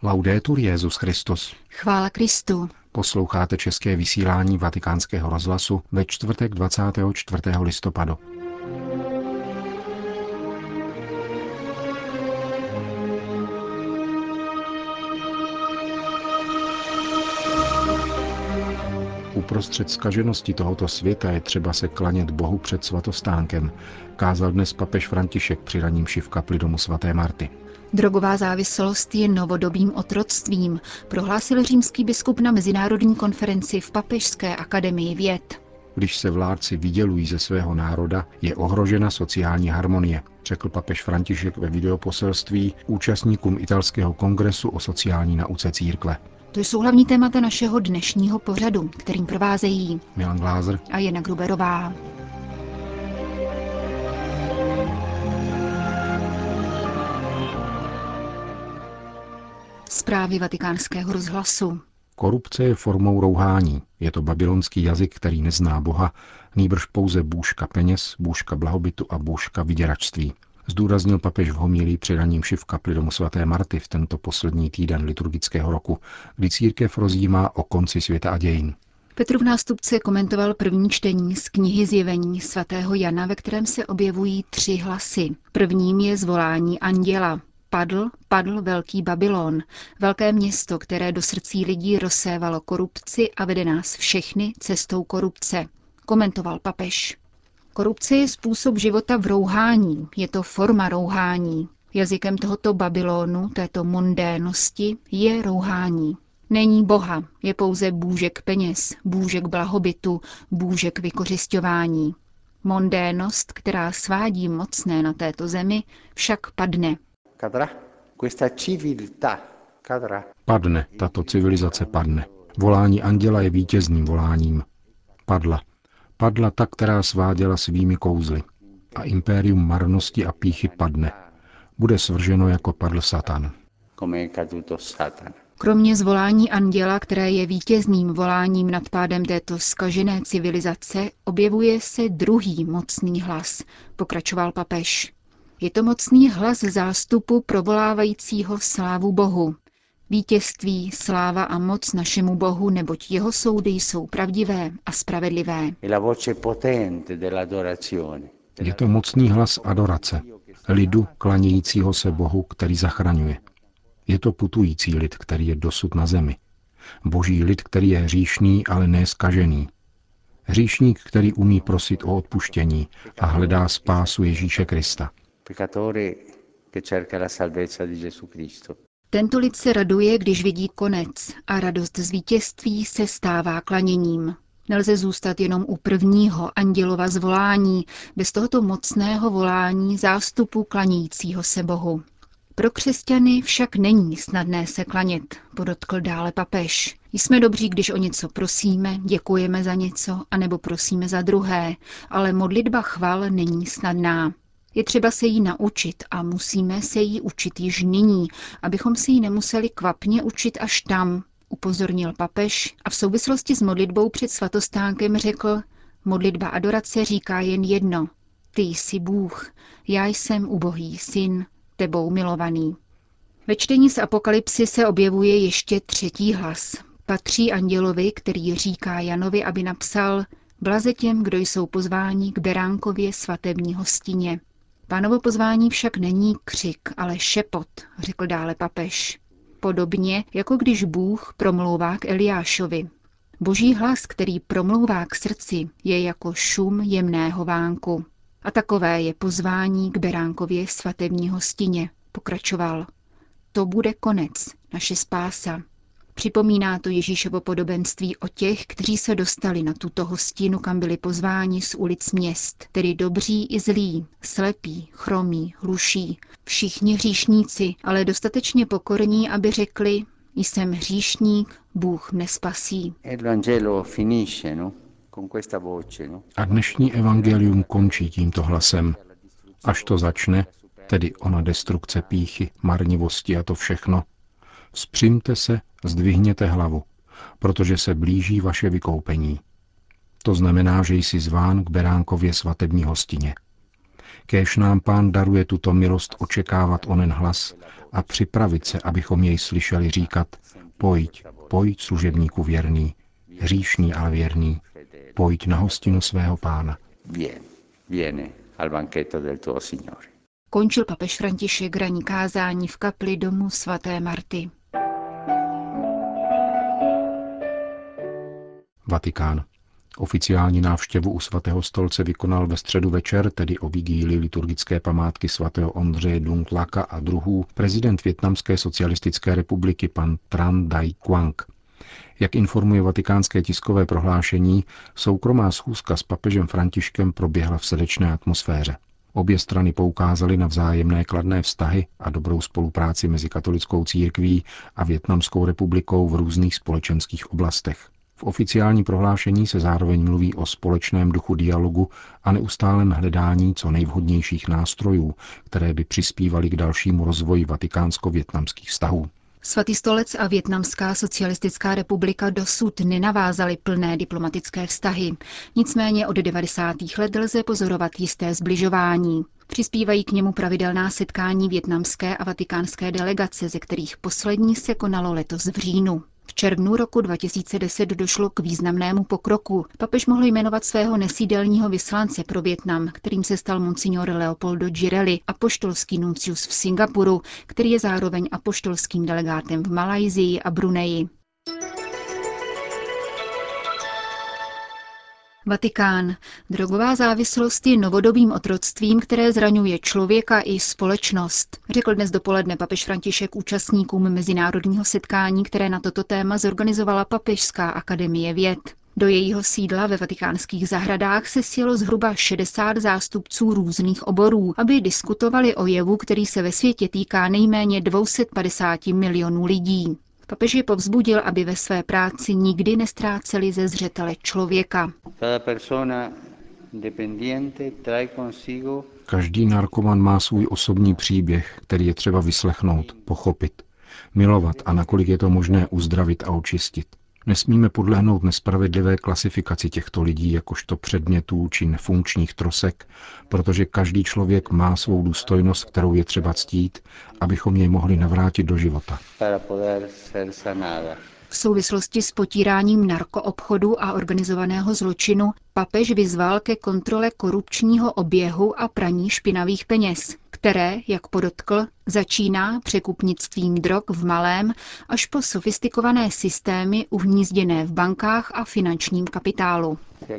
Laudetur Jesus Christus. Chvála Kristu. Posloucháte české vysílání Vatikánského rozhlasu ve čtvrtek 24. listopadu. Uprostřed zkaženosti tohoto světa je třeba se klanět Bohu před svatostánkem, kázal dnes papež František při raní mši v kapli domu svaté Marty. Drogová závislost je novodobým otroctvím, prohlásil římský biskup na mezinárodní konferenci v Papežské akademii věd. Když se vládci vydělují ze svého národa, je ohrožena sociální harmonie, řekl papež František ve videoposelství účastníkům italského kongresu o sociální nauce církve. To jsou hlavní témata našeho dnešního pořadu, kterým provázejí Milan Glázer a Jana Gruberová. Zprávy Vatikánského rozhlasu. Korupce je formou rouhání. Je to babylonský jazyk, který nezná Boha, nýbrž pouze bůžka peněz, bůžka blahobytu a bůžka vyděračství. Zdůraznil papež v homilii při raní mši v kapli domu svaté Marty v tento poslední týden liturgického roku, kdy církev rozjímá o konci světa a dějin. Petrův nástupce komentoval první čtení z knihy Zjevení svatého Jana, ve kterém se objevují 3 hlasy. Prvním je zvolání anděla. Padl velký Babylon, velké město, které do srdcí lidí rozsévalo korupci a vede nás všechny cestou korupce, komentoval papež. Korupce je způsob života v rouhání, je to forma rouhání. Jazykem tohoto Babylonu, této mondénosti, je rouhání. Není Boha, je pouze bůžek peněz, bůžek blahobytu, bůžek vykořisťování. Mondénost, která svádí mocné na této zemi, však padne. Padne, tato civilizace padne. Volání anděla je vítězným voláním. Padla ta, která sváděla svými kouzly. A impérium marnosti a pýchy padne. Bude svrženo, jako padl Satan. Kromě zvolání anděla, které je vítězným voláním nad pádem této zkažené civilizace, objevuje se druhý mocný hlas, pokračoval papež. Je to mocný hlas zástupu provolávajícího slávu Bohu. Vítězství, sláva a moc našemu Bohu, neboť jeho soudy jsou pravdivé a spravedlivé. Je to mocný hlas adorace, lidu klanějícího se Bohu, který zachraňuje. Je to putující lid, který je dosud na zemi. Boží lid, který je hříšný, ale ne zkažený. Hříšník, který umí prosit o odpuštění a hledá spásu Ježíše Krista. Tento lid se raduje, když vidí konec, a radost z vítězství se stává klaněním. Nelze zůstat jenom u prvního andělova zvolání, bez tohoto mocného volání zástupu klanějícího se Bohu. Pro křesťany však není snadné se klanět, podotkl dále papež. Jsme dobří, když o něco prosíme, děkujeme za něco, anebo prosíme za druhé, ale modlitba chval není snadná. Je třeba se jí naučit a musíme se jí učit již nyní, abychom se jí nemuseli kvapně učit až tam, upozornil papež a v souvislosti s modlitbou před svatostánkem řekl, modlitba adorace říká jen jedno, ty jsi Bůh, já jsem ubohý syn, tebou milovaný. Ve čtení z Apokalypsy se objevuje ještě 3. hlas. Patří andělovi, který říká Janovi, aby napsal blaze těm, kdo jsou pozváni k beránkově svatební hostině. Pánovo pozvání však není křik, ale šepot, řekl dále papež. Podobně, jako když Bůh promlouvá k Eliášovi. Boží hlas, který promlouvá k srdci, je jako šum jemného vánku. A takové je pozvání k beránkově svatební hostině, pokračoval. To bude konec, naše spása. Připomíná to Ježíšovo podobenství o těch, kteří se dostali na tuto hostinu, kam byli pozváni z ulic měst, tedy dobří i zlí, slepí, chromí, hluší, všichni hříšníci, ale dostatečně pokorní, aby řekli, jsem hříšník, Bůh mne spasí. A dnešní evangelium končí tímto hlasem. Až to začne, tedy ona destrukce pýchy, marnivosti a to všechno, vzpřimte se, zdvihněte hlavu, protože se blíží vaše vykoupení. To znamená, že jsi zván k beránkově svatební hostině. Kéž nám Pán daruje tuto milost očekávat onen hlas a připravit se, abychom jej slyšeli říkat: Pojď, pojď, služebníku věrný, hříšný, ale věrný, pojď na hostinu svého Pána. Končil papež František ranní kázání v kapli domu svaté Marty. Vatikán. Oficiální návštěvu u svatého stolce vykonal ve středu večer, tedy o vigílii liturgické památky svatého Ondřeje Dung Laka a druhů, prezident Vietnamské socialistické republiky pan Tran Dai Quang. Jak informuje vatikánské tiskové prohlášení, soukromá schůzka s papežem Františkem proběhla v srdečné atmosféře. Obě strany poukázaly na vzájemné kladné vztahy a dobrou spolupráci mezi katolickou církví a Vietnamskou republikou v různých společenských oblastech. V oficiálním prohlášení se zároveň mluví o společném duchu dialogu a neustálém hledání co nejvhodnějších nástrojů, které by přispívaly k dalšímu rozvoji vatikánsko-vietnamských vztahů. Svatý stolec a Vietnamská socialistická republika dosud nenavázaly plné diplomatické vztahy. Nicméně od 90. let lze pozorovat jisté zbližování. Přispívají k němu pravidelná setkání vietnamské a vatikánské delegace, ze kterých poslední se konalo letos v říjnu. V červnu roku 2010 došlo k významnému pokroku. Papež mohl jmenovat svého nesídelního vyslance pro Vietnam, kterým se stal monsignor Leopoldo Girelli, apoštolský nuncius v Singapuru, který je zároveň apoštolským delegátem v Malajsii a Bruneji. Vatikán. Drogová závislost je novodobým otroctvím, které zraňuje člověka i společnost, řekl dnes dopoledne papež František účastníkům mezinárodního setkání, které na toto téma zorganizovala Papežská akademie věd. Do jejího sídla ve vatikánských zahradách se sjelo zhruba 60 zástupců různých oborů, aby diskutovali o jevu, který se ve světě týká nejméně 250 milionů lidí. Papež je povzbudil, aby ve své práci nikdy nestráceli ze zřetele člověka. Každý narkoman má svůj osobní příběh, který je třeba vyslechnout, pochopit, milovat a nakolik je to možné uzdravit a očistit. Nesmíme podlehnout nespravedlivé klasifikaci těchto lidí jakožto předmětů či nefunkčních trosek, protože každý člověk má svou důstojnost, kterou je třeba ctít, abychom jej mohli navrátit do života. V souvislosti s potíráním narkoobchodu a organizovaného zločinu papež vyzval ke kontrole korupčního oběhu a praní špinavých peněz, které, jak podotkl, začíná překupnictvím drog v malém až po sofistikované systémy uhnízděné v bankách a finančním kapitálu.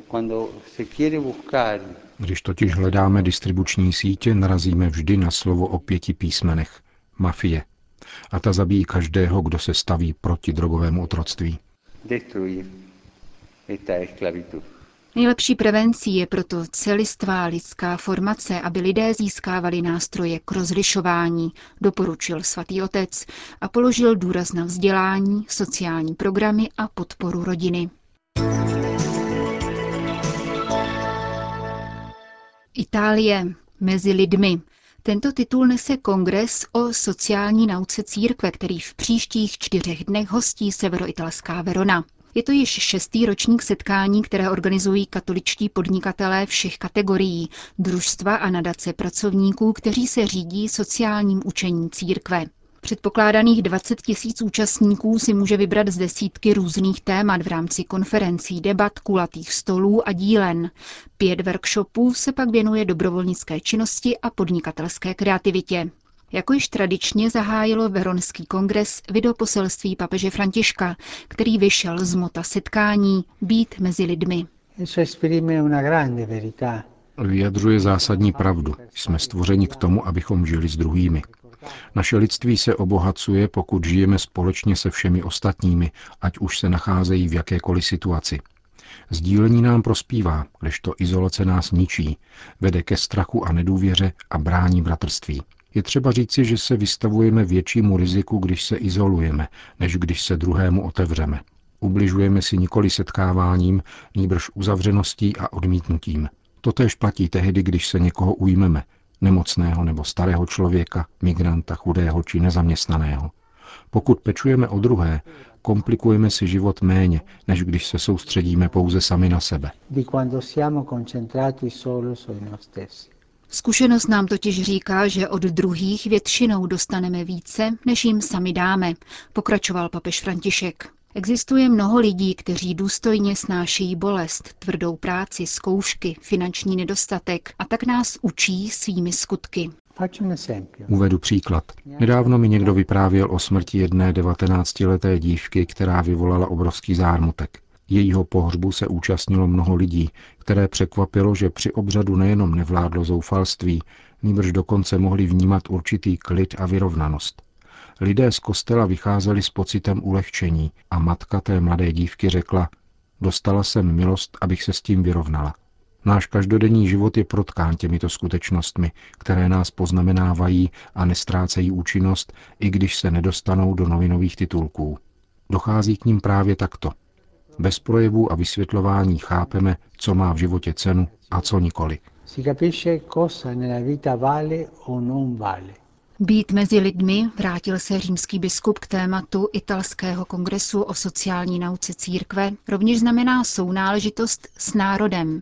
Když totiž hledáme distribuční sítě, narazíme vždy na slovo o 5 písmenech – mafie. A ta zabíjí každého, kdo se staví proti drogovému otroctví. Nejlepší prevencí je proto celistvá lidská formace, aby lidé získávali nástroje k rozlišování, doporučil svatý otec a položil důraz na vzdělání, sociální programy a podporu rodiny. Itálie mezi lidmi. Tento titul nese kongres o sociální nauce církve, který v příštích 4 dnech hostí severoitalská Verona. Je to již 6. ročník setkání, které organizují katoličtí podnikatelé všech kategorií, družstva a nadace pracovníků, kteří se řídí sociálním učením církve. Předpokládaných 20 000 účastníků si může vybrat z desítky různých témat v rámci konferencí, debat, kulatých stolů a dílen. 5 workshopů se pak věnuje dobrovolnické činnosti a podnikatelské kreativitě. Jako již tradičně zahájilo Veronský kongres videoposelství papeže Františka, který vyšel z mota setkání Být mezi lidmi. Vyjadřuje zásadní pravdu. Jsme stvořeni k tomu, abychom žili s druhými. Naše lidství se obohacuje, pokud žijeme společně se všemi ostatními, ať už se nacházejí v jakékoliv situaci. Sdílení nám prospívá, kdežto izolace nás ničí, vede ke strachu a nedůvěře a brání bratrství. Je třeba říci, že se vystavujeme většímu riziku, když se izolujeme, než když se druhému otevřeme. Ubližujeme si nikoli setkáváním, nýbrž uzavřeností a odmítnutím. Totéž platí tehdy, když se někoho ujmeme, nemocného nebo starého člověka, migranta, chudého či nezaměstnaného. Pokud pečujeme o druhé, komplikujeme si život méně, než když se soustředíme pouze sami na sebe. Zkušenost nám totiž říká, že od druhých většinou dostaneme více, než jim sami dáme, pokračoval papež František. Existuje mnoho lidí, kteří důstojně snášejí bolest, tvrdou práci, zkoušky, finanční nedostatek a tak nás učí svými skutky. Uvedu příklad. Nedávno mi někdo vyprávěl o smrti jedné 19leté dívky, která vyvolala obrovský zármutek. Jejího pohřbu se účastnilo mnoho lidí, které překvapilo, že při obřadu nejenom nevládlo zoufalství, nýbrž dokonce mohli vnímat určitý klid a vyrovnanost. Lidé z kostela vycházeli s pocitem ulehčení a matka té mladé dívky řekla: dostala jsem milost, abych se s tím vyrovnala. Náš každodenní život je protkán těmito skutečnostmi, které nás poznamenávají a nestrácejí účinnost, i když se nedostanou do novinových titulků. Dochází k ním právě takto. Bez projevů a vysvětlování chápeme, co má v životě cenu a co nikoli. Být mezi lidmi, vrátil se římský biskup k tématu italského kongresu o sociální nauce církve, rovněž znamená sounáležitost s národem.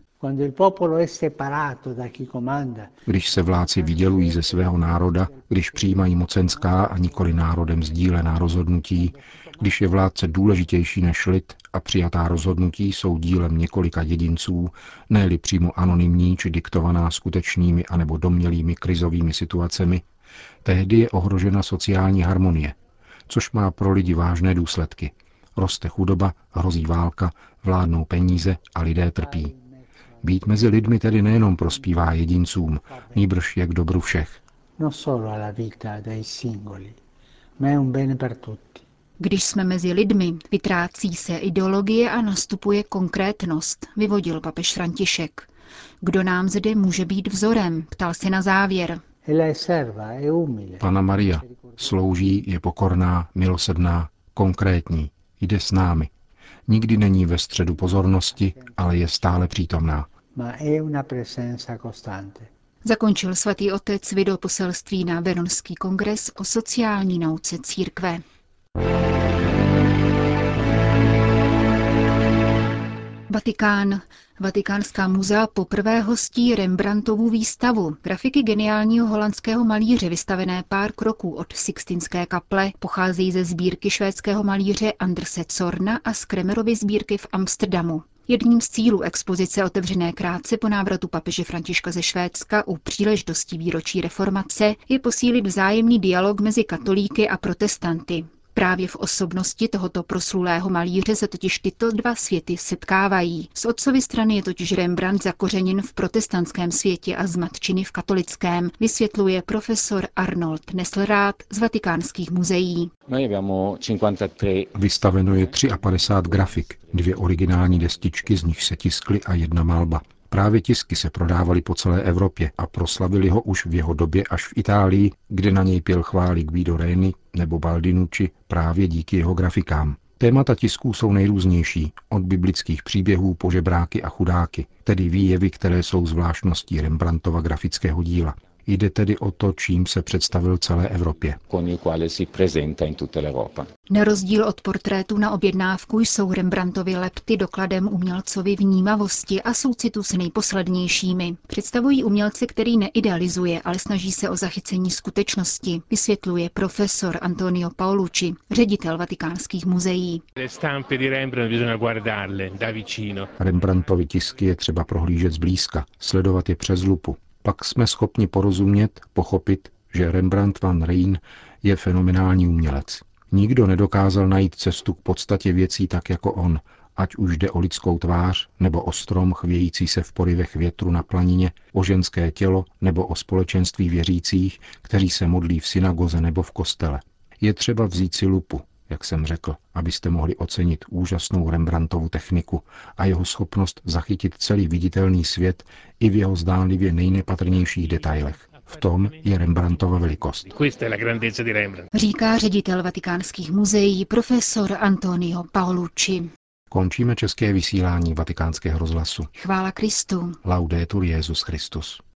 Když se vládci vydělují ze svého národa, když přijímají mocenská a nikoli národem sdílená rozhodnutí, když je vládce důležitější než lid a přijatá rozhodnutí jsou dílem několika jedinců, ne-li přímo anonymní či diktovaná skutečnými anebo domnělými krizovými situacemi, tehdy je ohrožena sociální harmonie, což má pro lidi vážné důsledky. Roste chudoba, hrozí válka, vládnou peníze a lidé trpí. Být mezi lidmi tedy nejenom prospívá jedincům, nýbrž je k dobru všech. Když jsme mezi lidmi, vytrácí se ideologie a nastupuje konkrétnost, vyvodil papež František. Kdo nám zde může být vzorem, ptal se na závěr. Panna Maria slouží, je pokorná, milosrdná, konkrétní, jde s námi. Nikdy není ve středu pozornosti, ale je stále přítomná. Zakončil svatý otec videoposelství na Veronský kongres o sociální nauce církve. Vatikán. Vatikánská muzea poprvé hostí Rembrandtovu výstavu. Grafiky geniálního holandského malíře vystavené pár kroků od Sixtinské kaple pocházejí ze sbírky švédského malíře Anderse Zorna a z Kremerovy sbírky v Amsterdamu. Jedním z cílů expozice otevřené krátce po návratu papeže Františka ze Švédska u příležitosti výročí reformace je posílit vzájemný dialog mezi katolíky a protestanty. Právě v osobnosti tohoto proslulého malíře se totiž tyto dva světy setkávají. Z otcovy strany je totiž Rembrandt zakořeněn v protestantském světě a z matčiny v katolickém, vysvětluje profesor Arnold Nesselrath z vatikánských muzeí. Vystaveno je 53 grafik, 2 originální destičky, z nich se tiskly a 1 malba. Právě tisky se prodávaly po celé Evropě a proslavili ho už v jeho době až v Itálii, kde na něj pěl chvály Guido Reni nebo Baldinucci právě díky jeho grafikám. Témata tisků jsou nejrůznější, od biblických příběhů po žebráky a chudáky, tedy výjevy, které jsou zvláštností Rembrandtova grafického díla. Jde tedy o to, čím se představil celé Evropě. Na rozdíl od portrétů na objednávku jsou Rembrandtovy lepty dokladem umělcovy vnímavosti a soucitu s nejposlednějšími. Představují umělce, který neidealizuje, ale snaží se o zachycení skutečnosti, vysvětluje profesor Antonio Paolucci, ředitel vatikánských muzeí. Rembrandtovy tisky je třeba prohlížet zblízka, sledovat je přes lupu. Pak jsme schopni porozumět, pochopit, že Rembrandt van Rijn je fenomenální umělec. Nikdo nedokázal najít cestu k podstatě věcí tak jako on, ať už jde o lidskou tvář, nebo o strom chvějící se v porivech větru na planině, o ženské tělo, nebo o společenství věřících, kteří se modlí v synagoze nebo v kostele. Je třeba vzít si lupu, jak jsem řekl, abyste mohli ocenit úžasnou Rembrandtovu techniku a jeho schopnost zachytit celý viditelný svět i v jeho zdánlivě nejnepatrnějších detailech. V tom je Rembrandtova velikost. Říká ředitel vatikánských muzeí profesor Antonio Paolucci. Končíme české vysílání Vatikánského rozhlasu. Chvála Kristu. Laudetur Jesus Christus.